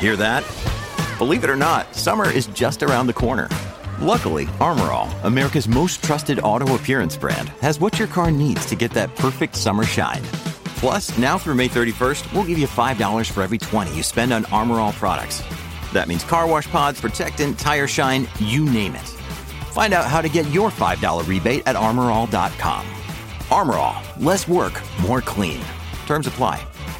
Hear that? Believe it or not, summer is just around the corner. Luckily, Armor All, America's most trusted auto appearance brand, has what your car needs to get that perfect summer shine. Plus, now through May 31st, we'll give you $5 for every $20 you spend on Armor All products. That means car wash pods, protectant, tire shine, you name it. Find out how to get your $5 rebate at armorall.com. Armor All, less work, more clean. Terms apply.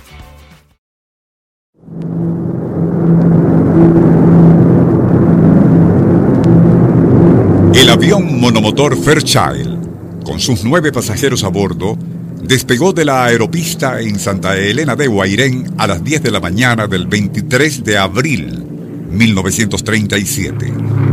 El avión monomotor Fairchild, con sus 9 pasajeros a bordo, despegó de la aeropista en Santa Elena de Guairén a las 10 de la mañana del 23 de abril 1937.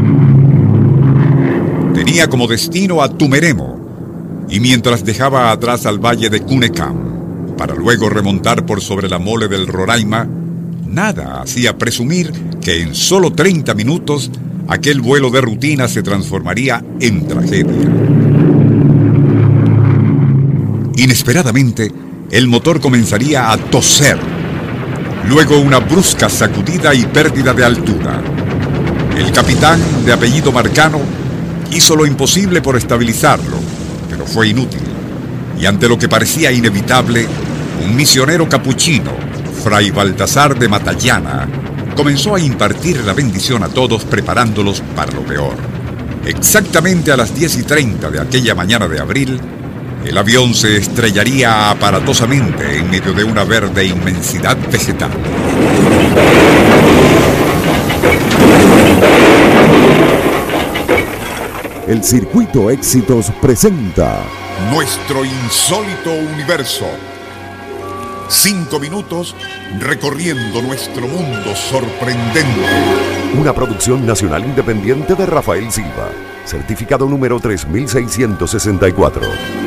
Tenía como destino a Tumeremo, y mientras dejaba atrás al valle de Cunecam, para luego remontar por sobre la mole del Roraima, nada hacía presumir que en solo 30 minutos aquel vuelo de rutina se transformaría en tragedia. Inesperadamente, el motor comenzaría a toser. Luego una brusca sacudida y pérdida de altura. El capitán, de apellido Marcano, hizo lo imposible por estabilizarlo, pero fue inútil. Y ante lo que parecía inevitable, un misionero capuchino, Fray Baltasar de Matallana, comenzó a impartir la bendición a todos, preparándolos para lo peor. Exactamente a las 10:30 de aquella mañana de abril, el avión se estrellaría aparatosamente en medio de una verde inmensidad vegetal. El Circuito Éxitos presenta Nuestro insólito universo. 5 minutos recorriendo nuestro mundo sorprendente. una producción nacional independiente de Rafael Silva, certificado número 3664.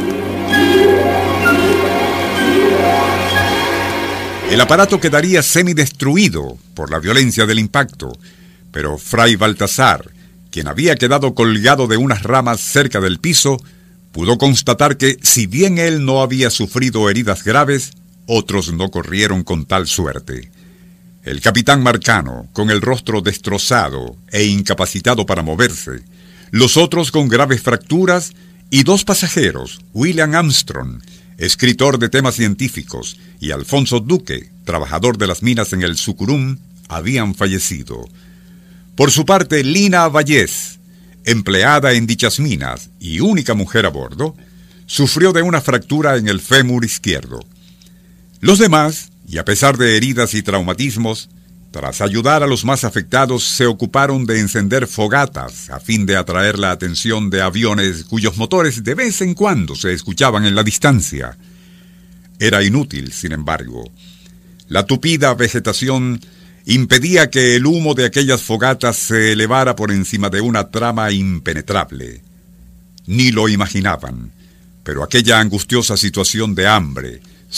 El aparato quedaría semidestruido por la violencia del impacto, pero Fray Baltasar, quien había quedado colgado de unas ramas cerca del piso, pudo constatar que, si bien él no había sufrido heridas graves, otros no corrieron con tal suerte. El capitán Marcano, con el rostro destrozado e incapacitado para moverse, los otros con graves fracturas, y 2 pasajeros, William Armstrong, escritor de temas científicos, y Alfonso Duque, trabajador de las minas en el Sucurum, habían fallecido. Por su parte, Lina Vallés, empleada en dichas minas y única mujer a bordo, sufrió de una fractura en el fémur izquierdo. Los demás, y a pesar de heridas y traumatismos, tras ayudar a los más afectados, se ocuparon de encender fogatas a fin de atraer la atención de aviones cuyos motores de vez en cuando se escuchaban en la distancia. Era inútil, sin embargo. La tupida vegetación impedía que el humo de aquellas fogatas se elevara por encima de una trama impenetrable. Ni lo imaginaban, pero aquella angustiosa situación de hambre,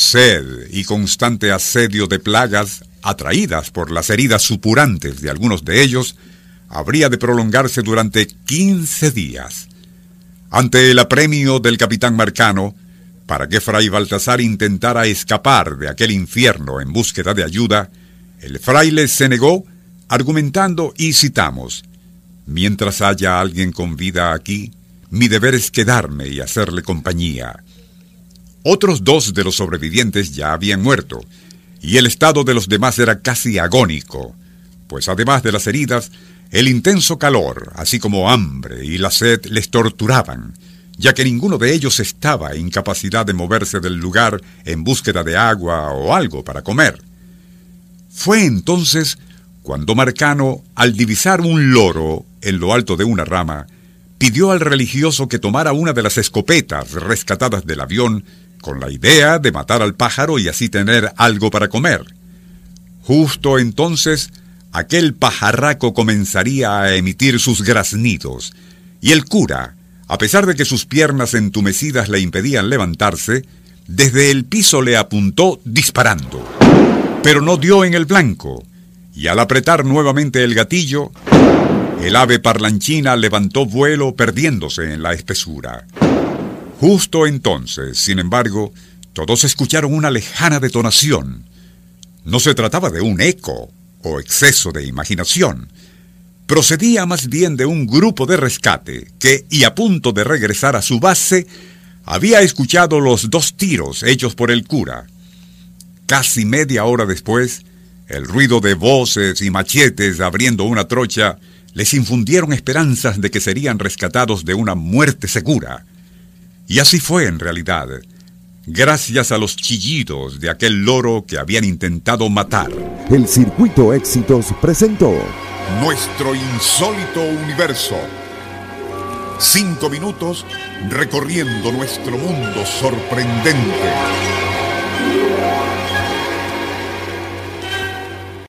sed y constante asedio de plagas, atraídas por las heridas supurantes de algunos de ellos, habría de prolongarse durante 15 días. Ante el apremio del capitán Marcano, para que Fray Baltasar intentara escapar de aquel infierno en búsqueda de ayuda, el fraile se negó, argumentando, y citamos: «Mientras haya alguien con vida aquí, mi deber es quedarme y hacerle compañía». Otros 2 de los sobrevivientes ya habían muerto, y el estado de los demás era casi agónico, pues además de las heridas, el intenso calor, así como hambre y la sed les torturaban, ya que ninguno de ellos estaba en capacidad de moverse del lugar en búsqueda de agua o algo para comer. Fue entonces cuando Marcano, al divisar un loro en lo alto de una rama, pidió al religioso que tomara una de las escopetas rescatadas del avión, con la idea de matar al pájaro y así tener algo para comer. Justo entonces, aquel pajarraco comenzaría a emitir sus graznidos, y el cura, a pesar de que sus piernas entumecidas le impedían levantarse, desde el piso le apuntó disparando. Pero no dio en el blanco, y al apretar nuevamente el gatillo, el ave parlanchina levantó vuelo perdiéndose en la espesura. Justo entonces, sin embargo, todos escucharon una lejana detonación. No se trataba de un eco o exceso de imaginación. Procedía más bien de un grupo de rescate que, y a punto de regresar a su base, había escuchado los 2 tiros hechos por el cura. Casi media hora después, el ruido de voces y machetes abriendo una trocha les infundieron esperanzas de que serían rescatados de una muerte segura. Y así fue en realidad, gracias a los chillidos de aquel loro que habían intentado matar. El Circuito Éxitos presentó Nuestro insólito universo. 5 minutos recorriendo nuestro mundo sorprendente.